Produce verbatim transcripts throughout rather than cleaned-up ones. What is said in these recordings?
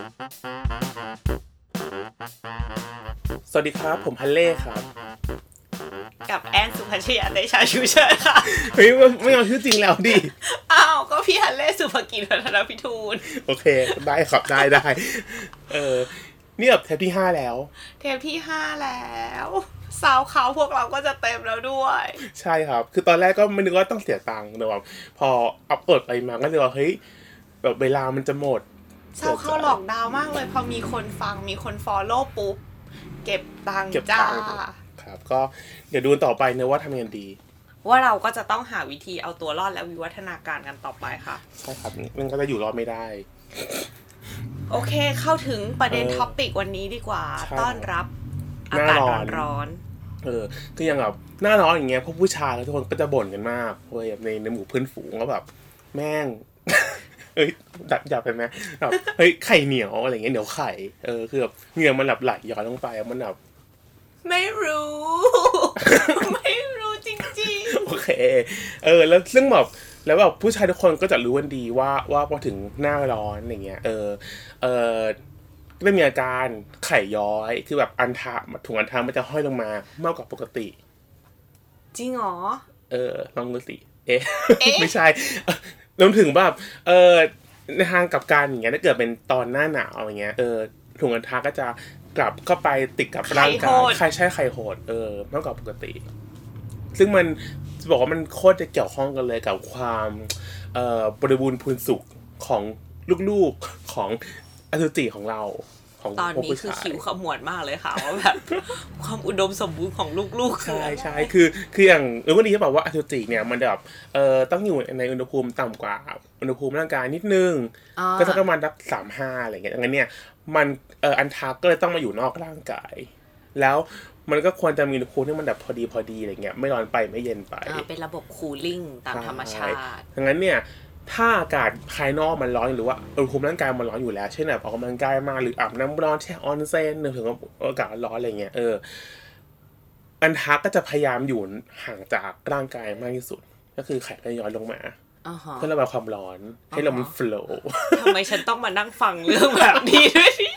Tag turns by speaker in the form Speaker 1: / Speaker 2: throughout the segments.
Speaker 1: สวัสดีครับผมฮัลเล่ครับ
Speaker 2: กับแอนสุภชยาเตชะชูเชิญค่ะ
Speaker 1: เฮ้ยไม่เอาชื่อจริงแล้วดิ
Speaker 2: อ้าวก็พี่ฮัลเล่สุภกิจวัฒนพิทูล
Speaker 1: โอเคได้ครับได้ได้เออนี่แบบเทปที่ห้าแล้ว
Speaker 2: เทปที่ห้าแล้วซาวเขาพวกเราก็จะเต็มแล้วด้วย
Speaker 1: ใช่ครับคือตอนแรกก็ไม่นึกว่าต้องเสียตังค์แต่แบบพออัพโหลดไปมาก็เลยว่าเฮ้ยแบบเวลามันจะหมด
Speaker 2: ซาวเขาหลอกดาวมากเลยพอมีคนฟังมีคนฟอลโล่ปุ๊บเก็บตังค์จ้า
Speaker 1: ครับก็เดี๋ยวดูต่อไปนะว่าทำยังไงดี
Speaker 2: ว่าเราก็จะต้องหาวิธีเอาตัวรอดและวิวัฒนาการกันต่อไปค่ะ
Speaker 1: ใช่ครับมันก็จะอยู่รอดไม่ได้
Speaker 2: โอเคเข้าถึงประเด็นท็อปิกวันนี้ดีกว่าต้อนรับอากาศร้อน
Speaker 1: เออคืออย่างแบบหน้าร้อนอย่างเงี้ยพวกผู้ชายแล้วทุกคนก็จะบ่นกันมากเว้ยในในหมู่เพื่อนฝูงก็แบบแม่งเอ้ยดัดหยาบไปไหมแบบเฮ้ยไข่เหนียวอะไรเงี้ยเหนียวไข่เออคือแบบเหงื่อมันแบบไหลย้อนลงไปมันแบบ
Speaker 2: ไม่รู้ไม่รู้จริง
Speaker 1: ๆโอเคเออแล้วซึ่งแบบแล้วแบบผู้ชายทุกคนก็จะรู้กันดีว่าว่าพอถึงหน้าร้อนอย่างเงี้ยเออเออก็จะมีอาการไข่ย้อยคือแบบอันทะถุงอันทะมันจะห้อยลงมามากกว่าปกติ
Speaker 2: จริงเหรอ
Speaker 1: เออลองดูสิเอ๊ะไม่ใช่รวมถึงแบบเออในทางกับการอย่างเงี้ยถ้าเกิดเป็นตอนหน้าหนาวอย่างเงี้ยเออถุงอันทะก็จะกลับเข้าไปติดกับร่างกายใครใช้ไข่โหดเออมากกว่าปกติซึ่งมันจะบอกว่ามันโคตรจะเกี่ยวข้องกันเลยกับความเอ่อบริบูรณ์พูนสุขของลูกๆของอสุจิของเราของ
Speaker 2: ตอนนี้คือคิวขมวดมากเลยค่ะว่าแบบความอุดมสมบูรณ์ของลูกๆ
Speaker 1: ใช่ใช่คือคืออย่างเออวันนี้จะบอกว่าอสุจิเนี่ยมันแบบเอ่อต้องอยู่ในอุณหภูมิต่ำกว่าอุณหภูมิร่างกายนิดนึงก็สักประมาณสักสามสิบห้าอะไรเงี้ยงั้นเนี่ยมันเอ่ออันทาก็เลยต้องมาอยู่นอกร่างกายแล้วมันก็ควรจะมีอุณหภูมิที่มันแบบพอดีพอดีอะไรเงี้ยไม่ร้อนไปไม่เย็นไป
Speaker 2: เป็นระบบคูลิ่งตามธรรมชาติ
Speaker 1: งั้นเนี่ยถ้าอากาศภายนอกมันร้อนหรือว่าอุณหภูมิร่างกายมันร้อนอยู่แล้วเช่นแบบออกกำลังกายมาหรืออาบน้ำร้อนแช่ออนเซ็นถึงอากาศร้อนอะไรเงี้ยเอออันทาก็จะพยายามอยู่ห่างจากร่างกายมากที่สุดก็คือไข่ก็ย้อนลงมาเพื่อระบายความร้อนให้ลมมันโฟลว์
Speaker 2: ทำไมฉันต้องมานั่งฟังเรื่องแบบนี้ด้วยเนี่ย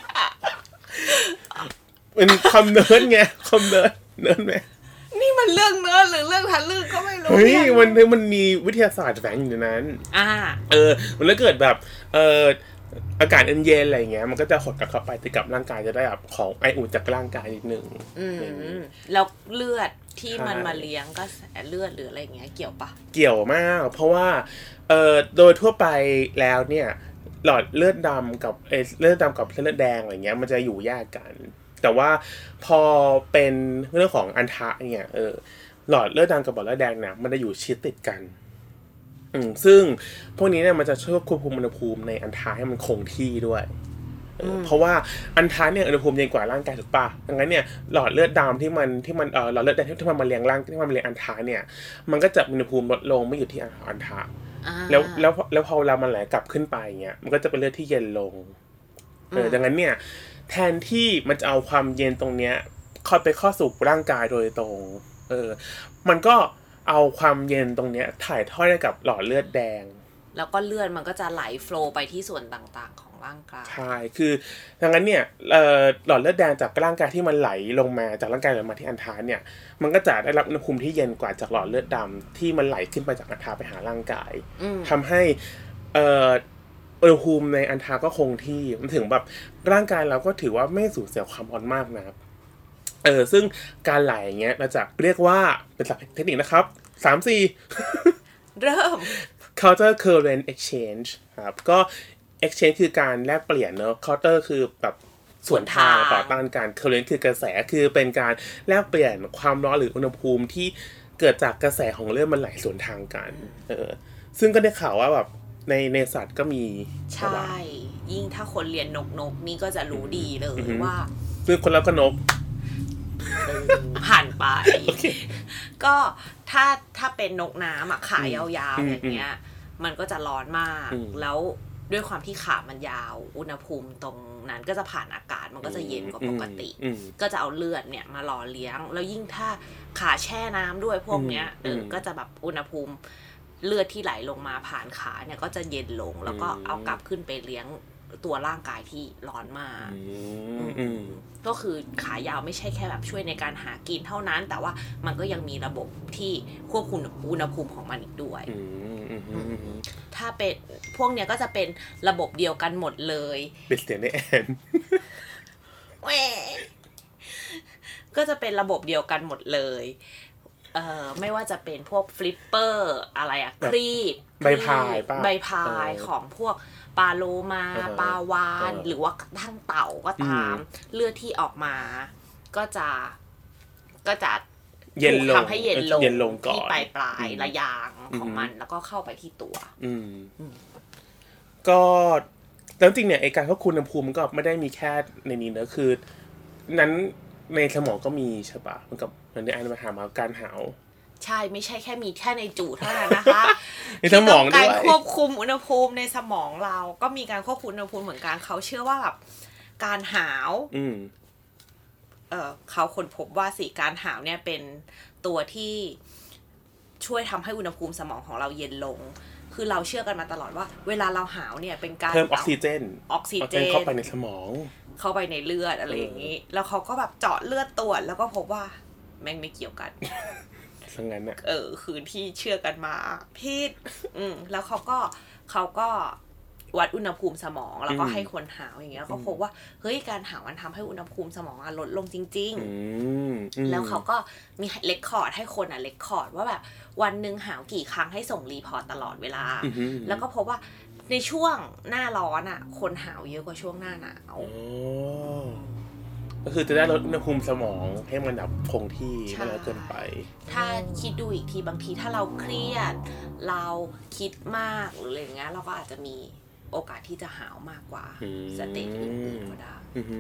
Speaker 1: เป็นคำเนิร์ดไงคำเนิร์ดเนิร์ดไหม
Speaker 2: นี่มันเรื่องเนิร์ดหรือเรื่องทะลึ่งก็ไม่รู้
Speaker 1: เฮ้ยมันมันมีวิทยาศาสตร์แฝงอยู่ในนั้นอ่าเออมันแล้วเกิดแบบเอออากาศเย็นๆอะไรเงี้ยมันก็จะหดกลับเข้าไปติดกับร่างกายจะได้แบบของไออุ่นจากร่างกายนิดนึง
Speaker 2: อืมแล้วเลือดที่มันมาเลี้ยงก็เลือดหรืออะไรเงี้ยเกี่ยวปะ
Speaker 1: เกี่ยวมากเพราะว่าเออโดยทั่วไปแล้วเนี่ยหลอดเลือดดำกับเอเลือดดำกับเลือดแดงอะไรเงี้ยมันจะอยู่แยกกันแต่ว่าพอเป็นเรื่องของอันทะเนี่ยเออหลอดเลือดดำกับหลอดเลือดแดงเนี่ยมันจะอยู่ชิดติดกันอืมซึ่งพวกนี้เนี่ยมันจะช่วยควบคุมอุณหภูมิในอันทะให้มันคงที่ด้วยเพราะว่าอันทะเนี่ยอุณหภูมิเย็นกว่าร่างกายถูกป่ะดังนั้นเนี่ยหลอดเลือดดำที่มันที่มันเอ่อหลอดเลือดแดงที่มันมาเลี้ยงร่างที่มันมาเลี้ยงอันทะเนี่ยมันก็จะอุณหภูมิลดลงไม่อยู่ที่อันทะแล้วแล้วแล้วพอเวลามันไหลกลับขึ้นไปเงี้ยมันก็จะเป็นเลือดที่เย็นลงเออดังนั้นเนี่ยแทนที่มันจะเอาความเย็นตรงเนี้ยเข้าไปเข้าสู่ร่างกายโดยตรงเออมันก็เอาความเย็นตรงเนี้ยถ่ายทอดให้กับหลอดเลือดแดง
Speaker 2: แล้วก็เลือดมันก็จะไหลโฟลว์ไปที่ส่วนต่างๆของร่างกาย
Speaker 1: ใช่คือดังนั้นเนี่ยเอ่อหลอดเลือดแดงจากร่างกายที่มันไหลลงมาจากร่างกายลงมาที่อันทะเนี่ยมันก็จะได้รับอุณหภูมิที่เย็นกว่าจากหลอดเลือดดำที่มันไหลขึ้นไปจากอันทะไปหาร่างกายทำให้เอ่ออุณหภูมิในอันทะก็คงที่มันถึงแบบร่างกายเราก็ถือว่าไม่สูญเสียความร้อนมากนะครับเออซึ่งการไหลอย่างเงี้ยเราจะเรียกว่าเป็นศัพท์เทคนิคนะครับสาม สี่
Speaker 2: เริ่ม
Speaker 1: counter current exchange ครับก็ exchange คือการแลกเปลี่ยนเนอะ counter คือแบบสวนทางต่อต้านกัน current คือกระแสคือเป็นการแลกเปลี่ยนความร้อนหรืออุณหภูมิที่เกิดจากกระแสของเลือดมันไหลสวนทางกันเออซึ่งก็ได้ข่าวว่าแบบในในสัตว์ก็มี
Speaker 2: ใช่ยิ่งถ้าคนเรียนนกนกนี่ก็จะรู้ดีเลยว่า
Speaker 1: ซึ่งคนแล้วก็นก
Speaker 2: ผ่านไป okay. ก็ถ้าถ้าเป็นนกน้ำอ่ะขายาวๆอย่างเงี้ยมันก็จะร้อนมากแล้วด้วยความที่ขามันยาวอุณหภูมิตรงนั้นก็จะผ่านอากาศมันก็จะเย็นกว่าปกติก็จะเอาเลือดเนี่ยมาหล่อเลี้ยงแล้วยิ่งถ้าขาแช่น้ำด้วยพวกเนี้ยเออก็จะแบบอุณหภูมิเลือดที่ไหลลงมาผ่านขาเนี่ยก็จะเย็นลงแล้วก็เอากลับขึ้นไปเลี้ยงตัวร่างกายที่ร้อนมากก็คือขายาวไม่ใช่แค่แบบช่วยในการหากินเท่านั้นแต่ว่ามันก็ยังมีระบบที่ควบคุมอุณหภูมิของมันอีกด้วยถ้าเป็นพวกเนี้ยก็จะเป็นระบบเดียวกันหมดเลย
Speaker 1: เป็นเสียงในแอน
Speaker 2: แหวก็จะเป็นระบบเดียวกันหมดเลยเอ่อไม่ว่าจะเป็นพวกฟลิปเปอร์อะไรอะครีบ
Speaker 1: ใบพายป่ะ
Speaker 2: ใบพายของพวกปลาโลมาปลาวานหรือว่าทั้งเต่าก็ตามเลือดที่ออกมาก็จะก็จะ
Speaker 1: เย็นลง
Speaker 2: ทำให้เย็นลง
Speaker 1: เย็นลงก่อน
Speaker 2: ที่ปลายปลายระยางของมันแล้วก็เข้าไปที่ตัว
Speaker 1: ก็แล้วจริงเนี่ยไอ้การควบคุมอุณหภูมิมันก็ไม่ได้มีแค่ในนี้นะคือนั้นในสมองก็มีใช่ปะมันกับมันได้อ่านมาถามมาการหาว
Speaker 2: ใช่ไม่ใช่แค่มีแค่ในจูเท่านั้นนะคะ
Speaker 1: ในสมองด้วย
Speaker 2: การควบคุมอุณหภูมิในสมองเราก็มีการควบคุมอุณหภูมิเหมือนกันเขาเชื่อว่าแบบการหาวเออเขาค้นพบว่าสิการหาวเนี่ยเป็นตัวที่ช่วยทำให้อุณหภูมิสมองของเราเย็นลงคือเราเชื่อกันมาตลอดว่าเวลาเราหาวเนี่ยเป็นการ
Speaker 1: เพิ่มออกซิเจน
Speaker 2: ออกซิเจน
Speaker 1: เข้าไปในสมอง
Speaker 2: เข้าไปในเลือดอะไรอย่างนี้แล้วเขาก็แบบเจาะเลือดตรวจแล้วก็พบว่าแม่งไม่เกี่ยวกัน
Speaker 1: สังงั้นน่ะ
Speaker 2: เออคือที่เชื่อกันมาผิดอืมแล้วเขาก็เขาก็วัดอุณหภูมิสมองแล้วก็ให้คนหาวอย่างเงี้ยก็พบว่าเฮ้ยการหาวมันทำให้อุณหภูมิสมองลดลงจริงๆแล้วเขาก็มีเรคคอร์ดให้คนอ่ะเรคคอร์ดว่าแบบวันนึงหาวกี่ครั้งให้ส่งรีพอร์ตตลอดเวลาแล้วก็พบว่าในช่วงหน้าร้อนอ่ะคนหาวเยอะกว่าช่วงหน้าหนาว
Speaker 1: ก็คือจะได้ลดอุณหภูมิสมองให้มันแบบคงที่ไม่ร้อนเกินไป
Speaker 2: ถ้าคิดดูอีกทีบางทีถ้าเราเครียดเราคิดมากหรืออะไรเงี้ยเราก็อาจจะมีโอกาสที่จะหาวมากกว่าสเตจอื่นๆก็ได้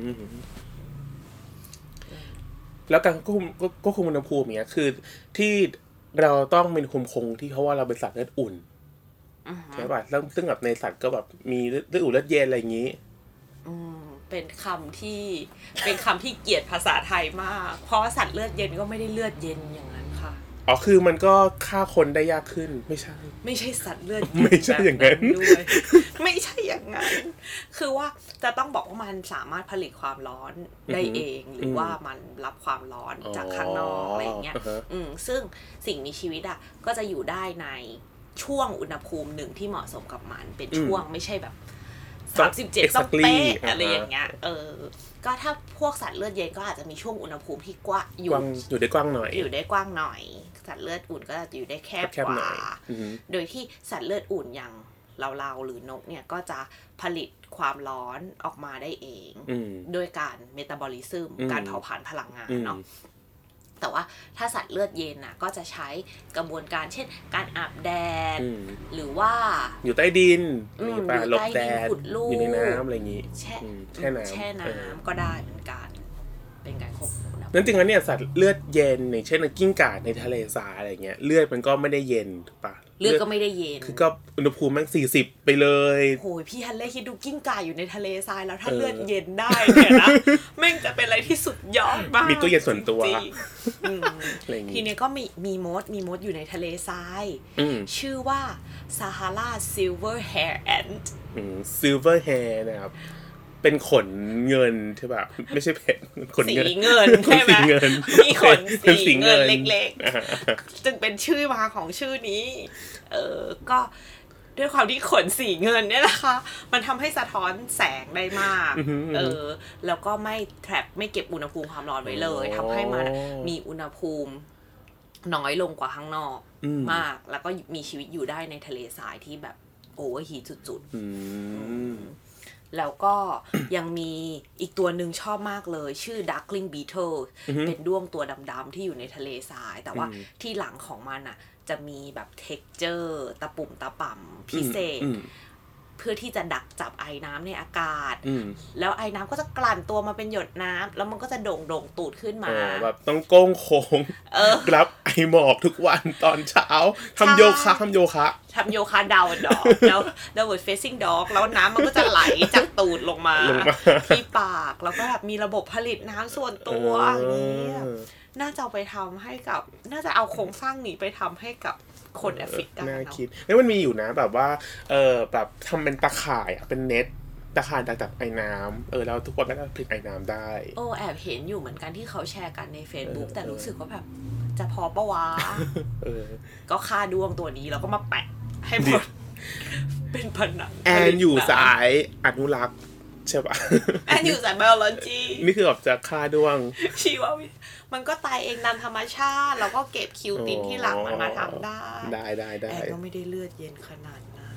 Speaker 1: แล้วการควบคุมควบคุมอุณหภูมิเนี้ยคือที่เราต้องมีอุณหภูมิคงที่เพราะว่าเราเป็นสัตว์เลือดอุ่นใช่ป่ะแล้วซึ่งแบบในสัตว์ก็แบบมีเลือดอุ่นเลือดเย็นอะไรอย่างนี้
Speaker 2: อืมเป็นคำที่เป็นคำที่เกลียดภาษาไทยมากเพราะว่าสัตว์เลือดเย็นก็ไม่ได้เลือดเย็นอย่างนั้นค่ะ
Speaker 1: อ๋อคือมันก็ฆ่าคนได้ยากขึ้นไม่ใช่
Speaker 2: ไม่ใช่สัตว์เลือดเย็
Speaker 1: นไม่ใช่อย่างนั้น
Speaker 2: ด้วยไม่ใช่อย่างนั้นคือว่าจะต้องบอกว่ามันสามารถผลิตความร้อนได้เองหรือว่ามันรับความร้อนจากข้างนอกอะไรอย่างเงี้ยอืมซึ่งสิ่งมีชีวิตอ่ะก็จะอยู่ได้ในช่วงอุณหภูมิหนึ่งที่เหมาะสมกับมันเป็นช่วงไม่ใช่แบบสามสิบเจ็ดต้องเป๊ะอะไรอย่างเงี้ยเออก็ถ้าพวกสัตว์เลือดเย็นก็อาจจะมีช่วงอุณหภูมิที่กว้างอยู่
Speaker 1: อยู่ได้กว้างหน่อย
Speaker 2: อยู่ได้กว้างหน่อยสัตว์เลือดอุ่นก็จะอยู่ได้แคบกว่าโดยที่สัตว์เลือดอุ่นอย่างเราๆหรือนกเนี่ยก็จะผลิตความร้อนออกมาได้เองด้วยการเมตาบอลิซึมการเผาผลาญพลังงานเนาะแต่ว่าถ้าสัตว์เลือดเย็นน่ะก็จะใช้กระบวนการเช่นการอาบแดดหรือว่า
Speaker 1: อยู่ใต้ดิน
Speaker 2: อยู่ใต้ดินขุดลูก
Speaker 1: อยู่ในน้ำอะไรอย่างงี้
Speaker 2: แช่แช่น้ำแช่น้ำก็ได้เหมือนกันเป็นการควบคุม
Speaker 1: นั่นจริงๆแล้วเนี่ยสัตว์เลือดเย็นอย่างเช่นกิ้งก่าในทะเลทรายอะไรเงี้ยเลือดมันก็ไม่ได้เย็นถูกปะ
Speaker 2: เลือดก็ไม่ได้เย็น
Speaker 1: คือก็อุณหภูมิมันสี่สิบไปเลย
Speaker 2: โอ้ยพี่ฮันเล่คิดดูกิ้งก่าอยู่ในทะเลทรายแล้วถ้าเลือดเย็นได้เนี่ยนะแม่งจะเป็นอะไรที่สุดยอดมาก
Speaker 1: มีตู้เย็นส่วนตัว
Speaker 2: ทีนี้ก็มีมีมดมีมดอยู่ในทะเลทรายชื่อว่า Sahara Silver Hair Ant
Speaker 1: Silver Hair นะครับเป็นขนเงินใช่ป่ะไม่ใช่เพชรขนเงิน
Speaker 2: สีเงินใช่ไหมมีขนสีเงินเล็กๆจึงเป็นชื่อมาของชื่อนี้เออก็ด้วยความที่ขนสีเงินเนี่ยนะคะมันทำให้สะท้อนแสงได้มากเออแล้วก็ไม่แทรปไม่เก็บอุณหภูมิความร้อนไว้เลยทำให้มันมีอุณหภูมิน้อยลงกว่าข้างนอกมากแล้วก็มีชีวิตอยู่ได้ในทะเลทรายที่แบบโอเวอร์ฮีทสุดๆแล้วก็ยังมีอีกตัวหนึ่งชอบมากเลยชื่อ Duckling Beetle เป็นด้วงตัวดำๆที่อยู่ในทะเลทรายแต่ว่าที่หลังของมันอ่ะจะมีแบบ texture ตะปุ่มตะป่ำพิเศษเพื่อที่จะดักจับไอน้ำในอากาศแล้วไอน้ำก็จะกลั่นตัวมาเป็นหยดน้ำแล้วมันก็จะโด่งโด่งตูดขึ้นมา
Speaker 1: แบบต้องโก้งโค้งรับไอหมอกทุกวันตอนเช้าทำโยคะทำโยคะ
Speaker 2: ทำโยคะดาวดอกแล้ว downward facing dog แล้วน้ำมันก็จะไหลจากตูดลงมาที่ปากแล้วก็แบบมีระบบผลิตน้ำส่วนตัวอย่างนี้น่าจะเอาไปทำให้กับน่าจะเอาโครงสร้างนี้ไปทำให้กับคนแอฟริกา
Speaker 1: น่าคิดแล้วมันมีอยู่นะแบบว่าเออแบบทำเป็นตะข่ายเป็นเน็ตตะข่ายดักจับไอ้น้ำเออแล้วทุกคนก็จะผลิตไอ้น้ำได้
Speaker 2: โอ้แอบเห็นอยู่เหมือนกันที่เขาแชร์กันใน Facebook แต่รู้สึกว่าแบบจะพอปะวะเออก็ฆ่าดวงตัวนี้แล้วก็มาแปะให้หมดเป็นผนัง
Speaker 1: แอนอยู่สายอนุรักษ์ใช่ปะ
Speaker 2: แอนอยู่สายไบโอโลจี
Speaker 1: นี่คือแบบจะฆ่าดวง
Speaker 2: ชีววิทยามันก็ตายเองตามธรรมชาติแล้วก็เก็บคิวตินที่หลังมันมาทำได้
Speaker 1: ได้ได้ได้
Speaker 2: แอนก็ไม่ได้เลือดเย็นขนาดนั้น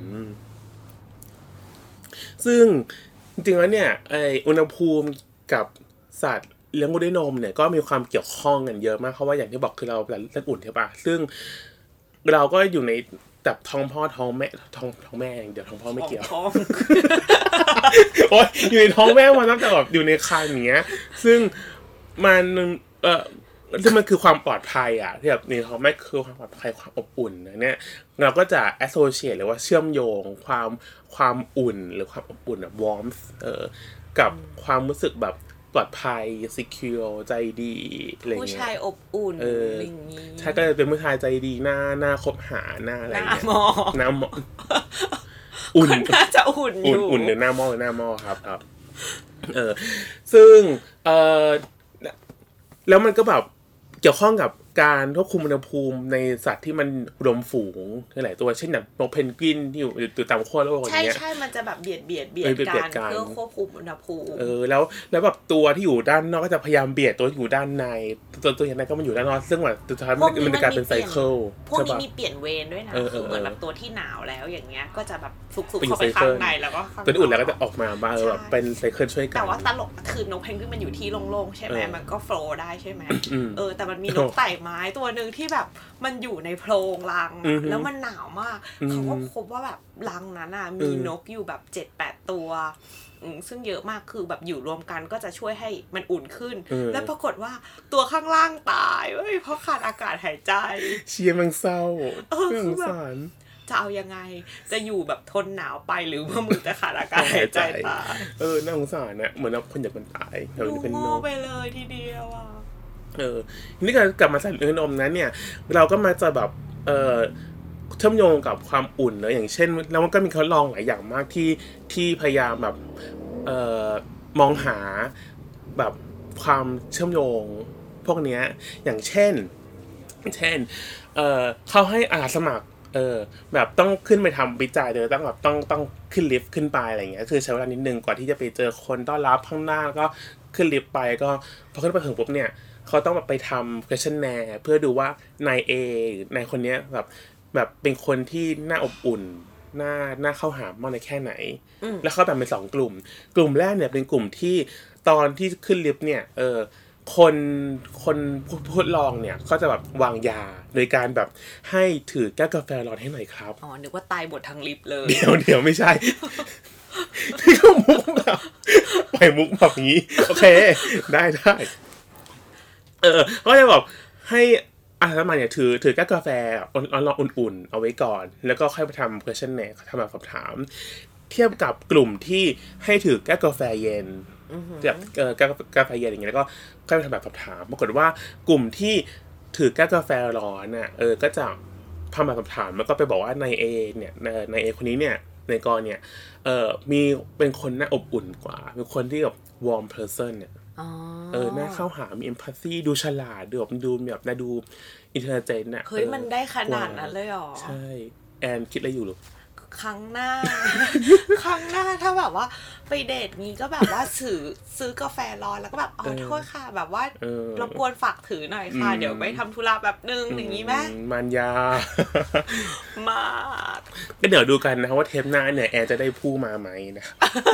Speaker 1: ซึ่งจริงๆแล้วเนี่ยไออุณหภูมิกับสัตว์เลี้ยงด้วยนมเนี่ยก็มีความเกี่ยวข้องกันเยอะมากเพราะว่าอย่างที่บอกคือเราเลือดอุ่นใช่ปะซึ่งเราก็อยู่ในแบบท้องพ่อท้องแม่ท้องท้องแม่เดี๋ยวท้องพ่อไม่เกี่ยวโอ๊ยอยู่ในท้องแม่มาตั้งแต่แบบอยู่ในครรภ์อย่างเงี้ยซึ่งมันเอ่อซึ่งมันคือความปลอดภัยอ่ะที่แบบในท้องแม่คือความปลอดภัยความอบอุ่นนะเนี่ยเราก็จะ associate หรือว่าเชื่อมโยงความความอุ่นหรือความอบอุ่นแบบ warmth เอ่อกับความรู้สึกแบบปลอดภัย secure ใจดีอะไรเงี้ย
Speaker 2: ผู้ชายอบอุ่นอะไรอย่างงี้
Speaker 1: ใช่ก็จะเป็นผู้ชายใจดีหน้าหน้าคบหาหน้าอะไรเงี้ยหน้าหม้อ
Speaker 2: อุ่นน่าจะอุ่นอยู่
Speaker 1: อุ่นหรือหน้าหม้อหรือหน้าหม้อครับครับเออซึ่งเออแล้วมันก็แบบเกี่ยวข้องกับการควบคุมอุณหภูมิในสัตว์ที่มันรวมฝูงหลายตัวเช่นแบบนกเพนกวินที่อยู่ตามขั้วโลกอย่างเงี้ย
Speaker 2: ใช่ๆมันจะแบบเบียดเบียดเบียดกันเพื่อควบคุมอุณหภูมิ
Speaker 1: เออแล้วแล้วแบบตัวที่อยู่ด้านนอกก็จะพยายามเบียดตัวที่อยู่ด้านในตัวตัวอย่างนั้นก็มันอยู่ด้านนอกซึ่งแบบสุดท้ายมันมันกลายเป็นไซเคิล
Speaker 2: พวกนี้มีเปลี่ยนเวรด้วยนะคือเหมือนแบบตัวที่หนาวแล้วอย่างเงี้ยก็จะแบบซุกๆเข้าไปข้างในแล้วก็
Speaker 1: ตัวที่อุ่นแล้วก็จะออกมาบ้างแบบเป็นไซเคิลช่วยกัน
Speaker 2: แต่ว่าตลกคือนกเพนกวินมันอยู่ที่โล่งๆใช่ไหมมันก็โฟลว์ได้ใช่ไหมเออแต่มันมีนกไต่ไม้ตัวนึงที่แบบมันอยู่ในโพรงรังแล้วมันหนาวมากเขาก็พบว่าแบบรังนั้นน่ะมีนกอยู่แบบ เจ็ดแปด ตัวซึ่งเยอะมากคือแบบอยู่รวมกันก็จะช่วยให้มันอุ่นขึ้นแล้วปรากฏว่าตัวข้างล่างตายเว้ยเพราะขาดอากาศหายใจ
Speaker 1: เชียร์มันเศร้า
Speaker 2: เออคือแบบจะเอายังไงจะอยู่แบบทนหนาวไปหรือว่ามึงจะขาดอากาศหายใจตาย
Speaker 1: เออน่าสงสารนะเหมือนคนอยากมันตาย
Speaker 2: เออเป็นโง่ไปเลยทีเดียวอ่ะ
Speaker 1: เออนี่ก็กลับมาใส่เรื่องนมนั้นเนี่ยเราก็มาจะแบบเออเชื่อมโยงกับความอุ่นเนอะอย่างเช่นแล้วมันก็มีทดลองหลายอย่างมากที่ที่พยายามแบบเอ่อมองหาแบบความเชื่อมโยงพวกเนี้ยอย่างเช่นเช่นเอ่อเขาให้อาสาสมัครเออแบบต้องขึ้นไปทำวิจัยเลยต้องแบบต้องต้องขึ้นลิฟต์ขึ้นไปอะไรอย่างเงี้ยคือใช้เวลานิดนึงกว่าที่จะไปเจอคนต้อนรับข้างหน้าก็ขึ้นลิฟต์ไปก็พอขึ้นไปถึงปุ๊บเนี่ยเขาต้องแบบไปทำ questionnaire เพื่อดูว่านาย A หรือนายคนเนี้ยแบบแบบเป็นคนที่น่าอบอุ่นน่าน่าเข้าหามากในแค่ไหนแล้วเขาแบ่งเป็นสองกลุ่มกลุ่มแรกเนี่ยเป็นกลุ่มที่ตอนที่ขึ้นลิฟต์เนี่ยเออคนคนทดลองเนี่ยเขาจะแบบวางยาโดยการแบบให้ถือแก้วกาแฟร้อนให้หน่อยครับ
Speaker 2: อ๋อนึกว่าตายหมดทั้งลิฟต์เลย
Speaker 1: เดี๋ยวเดี๋ยวไม่ใช่ที่เขามุกแบบไปมุกแบบนี้โอเคได้ได้เออก็จะแบบให้อาสาสมัครเนี่ยถือถือแก้วกาแฟร้อนๆอุ่นๆเอาไว้ก่อนแล้วก็ค่อยไปทำ questionnaire ทำแบบสอบถามเทียบกับกลุ่มที่ให้ถือแก้วกาแฟเย็นแบบเอ่อแก้วกาแฟเย็นอย่างเงี้ยแล้วก็ค่อยไปทำแบบสอบถามปรากฏว่ากลุ่มที่ถือแก้วกาแฟร้อนน่ะเออก็จะทำแบบสอบถามแล้วก็ไปบอกว่านาย A เนี่ยนาย A คนนี้เนี่ยนายกรเนี่ยเออมีเป็นคนน่าอบอุ่นกว่าเป็นคนที่แบบ warm person เนี่ยเออน่าเข้าหามี empathy ดูฉลาดดูแบบดูแบบน่าดู intelligent น่ะ
Speaker 2: เฮ้ยมันได้ขนาดนั้นเลยหรอ
Speaker 1: ใช่แอนคิดอะไรอยู่หรอ
Speaker 2: ครั้งหน้าครั้งหน้าถ้าแบบว่าไปเดทงี้ก็แบบว่าซื้อซื้อกาแฟร้อนแล้วก็แบบอ๋อโทษค่ะแบบว่ารบกวนฝากถือหน่อยค่ะเดี๋ยวไปทำธุระแบบนึงอย่างงี้ไหม
Speaker 1: มันยา
Speaker 2: มา
Speaker 1: ก็เดี๋ยวดูกันนะว่าเทปหน้าเนี่ยแอนจะได้ผู้มาไหมนะ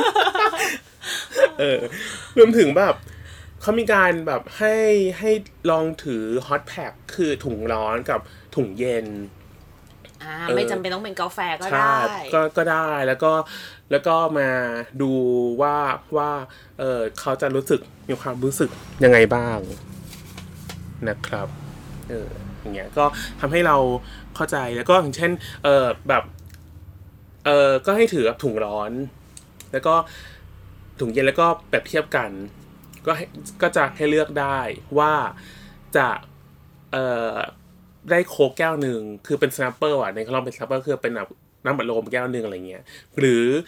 Speaker 1: เออรวมถึงแบบเขามีการแบบให้ให้ลองถือฮอตแพ็คคือถุงร้อนกับถุงเย็น
Speaker 2: อ่าไม่จำเป็นต้องเป็นกาแฟก็ได้
Speaker 1: ก็ก็ได้แล้วก็แล้วก็มาดูว่าว่าเออเขาจะรู้สึกมีความรู้สึกยังไงบ้างนะครับเอออย่างเงี้ยก็ทำให้เราเข้าใจแล้วก็อย่างเช่นเออแบบเออก็ให้ถือกับถุงร้อนแล้วก็ถุงเย็นแล้วก็แบบเทียบกันก็ให้ก็จะให้เลือกได้ว่าจะเอ่อได้โค้กแก้วหนึ่งคือเป็นสแนปเปอร์อ่ะในเขาลองเป็นสแนปเปอร์คือเป็นแบบน้ำบัดลมแก้วหนึ่งอะไรเงี้ยหรือ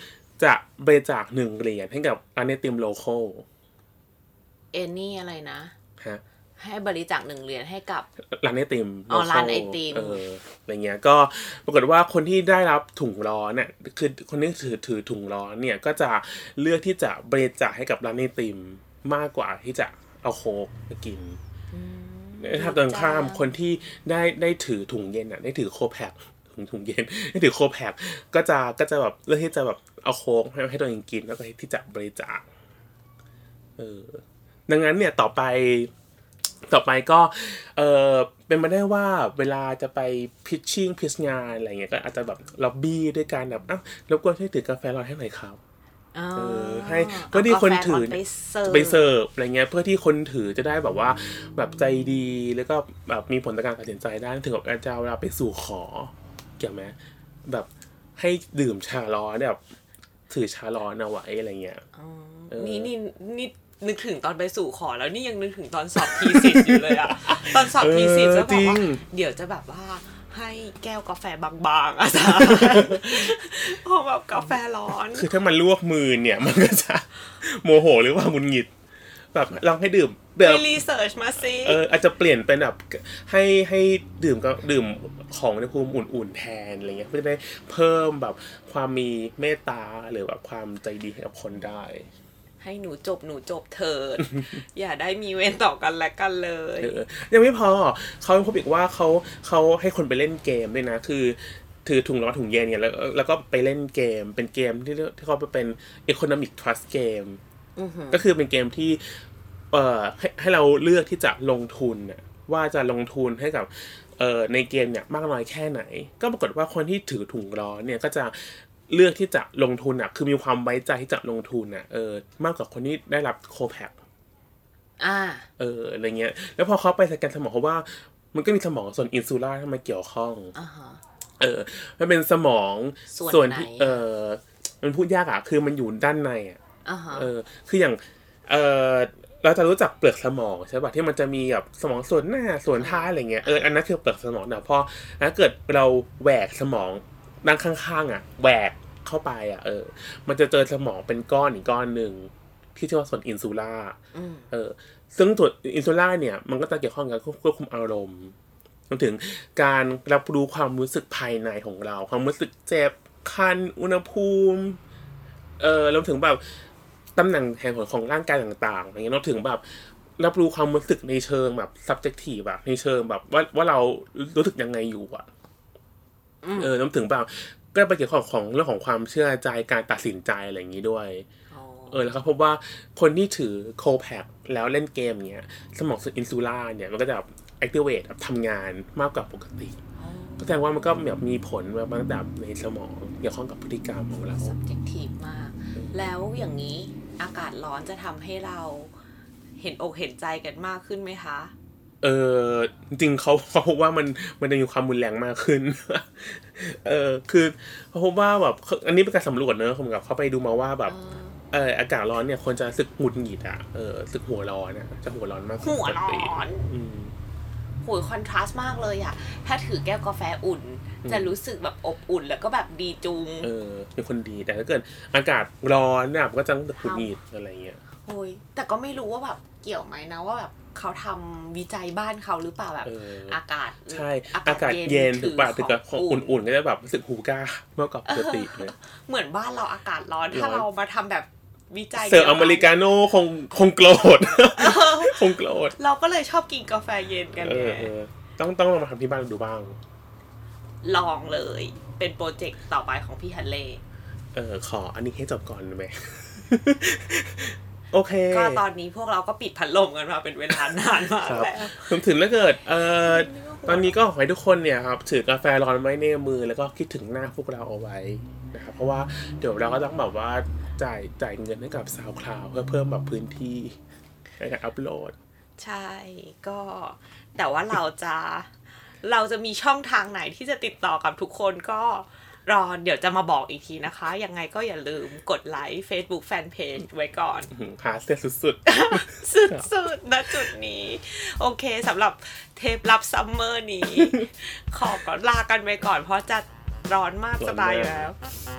Speaker 1: จะบริจาคหนึ่งเหรียญให้กับร้านไอติมโลคอล
Speaker 2: เอ็นนี่อะไรนะ
Speaker 1: ฮะ
Speaker 2: ให้บริจาคหนึ่งเหรียญให้กับ
Speaker 1: ร้านไอติม
Speaker 2: อ๋อร้านไอติม
Speaker 1: เอออะไรเงี้ยก็ปรากฏว่าคนที่ได้รับถุงร้อนเนี่ยคือคนที่ถือถือถุงร้อนเนี่ยก็จะเลือกที่จะบริจาคให้กับร้านไอติมมากกว่าที่จะเอาโค้กมากินถ้าตรงข้ามคนที่ได้ได้ถือถุงเย็นอ่ะได้ถือโคแพคถุงถุงเย็นได้ถือโคแพคก็จะก็จะแบบเลือกที่จะแบบเอาโค้กให้ให้ตัวเองกินแล้วก็ที่จะบริจาคเออดังนั้นเนี่ยต่อไปต่อไปก็เออเป็นไปได้ว่าเวลาจะไปพิชชิ่งพิชงานอะไรเงี้ยก็อาจจะแบบล็อบบี้ด้วยการแบบอ้าวรบกวนช่วยถือกาแฟร้อนให้หน่อยครับเออให้เพื่อที่คนถือไปเสิร์ฟอะไรเงี้ยเพื่อที่คนถือจะได้แบบว่าแบบใจดีแล้วก็แบบมีผลต่อการตัดสินใจได้ถึงกับการจะเวลาไปสู่ขอเกี่ยวไหมแบบให้ดื่มชาร้อนแบบถือชาร้อนเอาไว้อะไรเงี้ย
Speaker 2: นี่นี่นี่นึกถึงตอนไปสู่ขอแล้วนี่ยังนึกถึงตอนสอบทีสิทธิ์อยู่เลยอะตอนสอบทีสิทธิ์จะบอกว่าเดี๋ยวจะแบบว่าให้แก้วกาแฟบางๆอาจารย์พอแบบกาแฟร้อน
Speaker 1: คือถ้ามันลวกมือเนี่ยมันก็จะโมโหหรือว่าหงุดหงิดแบบลองให้ดื่ม
Speaker 2: แบบรีเสิร์ชมาสิ
Speaker 1: เอออาจจะเปลี่ยนเป็นแบบให้ให้ดื่มก็ดื่มของในภูมิอุ่นๆแทนอะไรเงี้ยเพื่อจะได้เพิ่มแบบความมีเมตตาหรือแบบความใจดีให้กับคนได้
Speaker 2: ให้หนูจบหนูจบเถิด อย่าได้มีเวรต่อกันและกันเลย
Speaker 1: ยังไม่พอเขาพบอีกว่าเขาเขาให้คนไปเล่นเกมด้วยนะคือถือถุงร้อนถุงเย็นเนี่ยแล้วแล้วก็ไปเล่นเกมเป็นเกมที่ที่เขาเป็น economic trust game ก็คือเป็นเกมที่เอ่อให้ให้เราเลือกที่จะลงทุนน่ะว่าจะลงทุนให้กับเอ่อในเกมเนี่ยมากน้อยแค่ไหนก็ปรากฏว่าคนที่ถือถุงร้อนเนี่ยก็จะเลือกที่จะลงทุนอ่ะคือมีความไว้ใจที่จะลงทุนอ่ะเออมากกว่าคนที่ได้รับโคแพค
Speaker 2: อ่า
Speaker 1: เอออะไรเงี้ยแล้วพอเขาไปสแกนสมองเพราะว่ามันก็มีสมองส่วนอินซูล่าที่มาเกี่ยวข้อง
Speaker 2: อ่าฮะ
Speaker 1: เออมันเป็นสมองส่วนที่เออมันพูดยากอ่ะคือมันอยู่ด้านในอ่ะ
Speaker 2: อ่าฮะ
Speaker 1: เออคืออย่างเออเราจะรู้จักเปลือกสมองใช่ป่ะที่มันจะมีแบบสมองส่วนหน้าส่วนท้ายอะไรเงี้ยเอออันนั้นคือเปลือกสมองนะพอถ้าเกิดเราแหวกสมองด้านข้างๆอ่ะแหวกเข้าไปอ่ะเออมันจะเจอสมองเป็นก้อนอีกก้อนหนึ่งที่ชื่อว่าส่วนอินซูล่าเออซึ่งส่วนอินซูล่าเนี่ยมันก็จะเกี่ยวข้องกับควบคุมอารมณ์รวมถึงการรับรู้ความรู้สึกภายในของเราความรู้สึกเจ็บคันอุณหภูมิเออรวมถึงแบบตำแหน่งแห่งของร่างกายต่างๆอย่างเงี้ยรวมถึงแบบรับรู้ความรู้สึกในเชิงแบบ subjective แบบในเชิงแบบว่าว่าเรารู้สึกยังไงอยู่อ่ะเออรวมถึงแบบก็ไปเกี่ยวข้องของเรื่องของความเชื่อใจการตัดสินใจอะไรอย่างนี้ด้วยเออแล้วครับพบว่าคนที่ถือโคแพคแล้วเล่นเกมเนี้ยสมองส่วนอินซูล่าเนี่ยมันก็จะ activate ทำงานมากกว่าปกติก็แสดงว่ามันก็แบบมีผลแบบบางแบบในสมองเกี่ยวข้องกับพฤติกรรมของเรา
Speaker 2: subjective มากแล้วอย่างนี้อากาศร้อนจะทำให้เราเห็นอกเห็นใจกันมากขึ้นไหมคะ
Speaker 1: เออจริงๆเขาเขาพบว่ามันมันจะมีความรุนแรงมากขึ้นเออคือเขาพบว่าแบบอันนี้เป็นการสำรวจเนอะผมกับเขาไปดูมาว่าแบบเอออากาศร้อนเนี่ยคนจะสึกหงุดหงิดอ่ะเออสึกหัวร้อนอ่ะจะหัวร้อนมาก
Speaker 2: หัวร้อนอืมโหยคอนทราสต์มากเลยอ่ะถ้าถือแก้วกาแฟอุ่นจะรู้สึกแบบอบอุ่นแล้วก็แบบดีจุง
Speaker 1: เออเป็นคนดีแต่ถ้าเกิดอากาศร้อนเนี่ยก็จะรู้สึกหงุดหงิดอะไรเงี้ย
Speaker 2: โอ้ยแต่ก็ไม่รู้ว่าแบบเกี่ยวไหมนะว่าแบบเขาทำวิจัยบ้านเขาหรือเปล่าแบบอากาศ
Speaker 1: ใช่อากาศเย็นถึงป่ะถึงกับอุ่นๆก็จะแบบรู้สึกหูก้ามากกว่าปกติเลย
Speaker 2: เหมือนบ้านเราอากาศร้อนถ้าเรามาทำแบบวิจัย
Speaker 1: เสิร์ฟอเมริกาโน่คงคงโกรธคงโกรธ
Speaker 2: เราก็เลยชอบกินกาแฟเย็นกันไง
Speaker 1: ต้องต้องลองมาทำที่บ้านดูบ้าง
Speaker 2: ลองเลยเป็นโปรเจกต์ต่อไปของพี่ฮันเล่
Speaker 1: เออขออันนี้ให้จบก่อนได้ไหมโอเค
Speaker 2: ก็ตอนนี้พวกเราก็ปิดพัดลมกันมาเป็นเวลานานมากแล้ว
Speaker 1: ผมถึงแล้วเกิดเอ่อตอนนี้ก็ขอให้ทุกคนเนี่ยครับถือกาแฟร้อนไว้ในมือแล้วก็คิดถึงหน้าพวกเราเอาไว้นะครับเพราะว่าเดี๋ยวเราก็ต้องแบบว่าจ่ายจ่ายเงินให้กับ SoundCloud เพื่อเพิ่มแบบพื้นที่ในการอัปโหลด
Speaker 2: ใช่ก็แต่ว่าเราจะเราจะมีช่องทางไหนที่จะติดต่อกับทุกคนก็รอเดี๋ยวจะมาบอกอีกทีนะคะยังไงก็อย่าลืมกดไลค์ Facebook Fanpage ไว้ก่อน
Speaker 1: หาเสียสุด
Speaker 2: ๆสุดๆณจุดนี้โอเคสำหรับเทปรับซัมเมอร์นี้ขอก่อนลากันไปก่อนเพราะจะร้อนมากจะตายแล้ว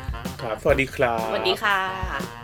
Speaker 1: ครับสวัสดีครับ
Speaker 2: สวัสดีค่ะ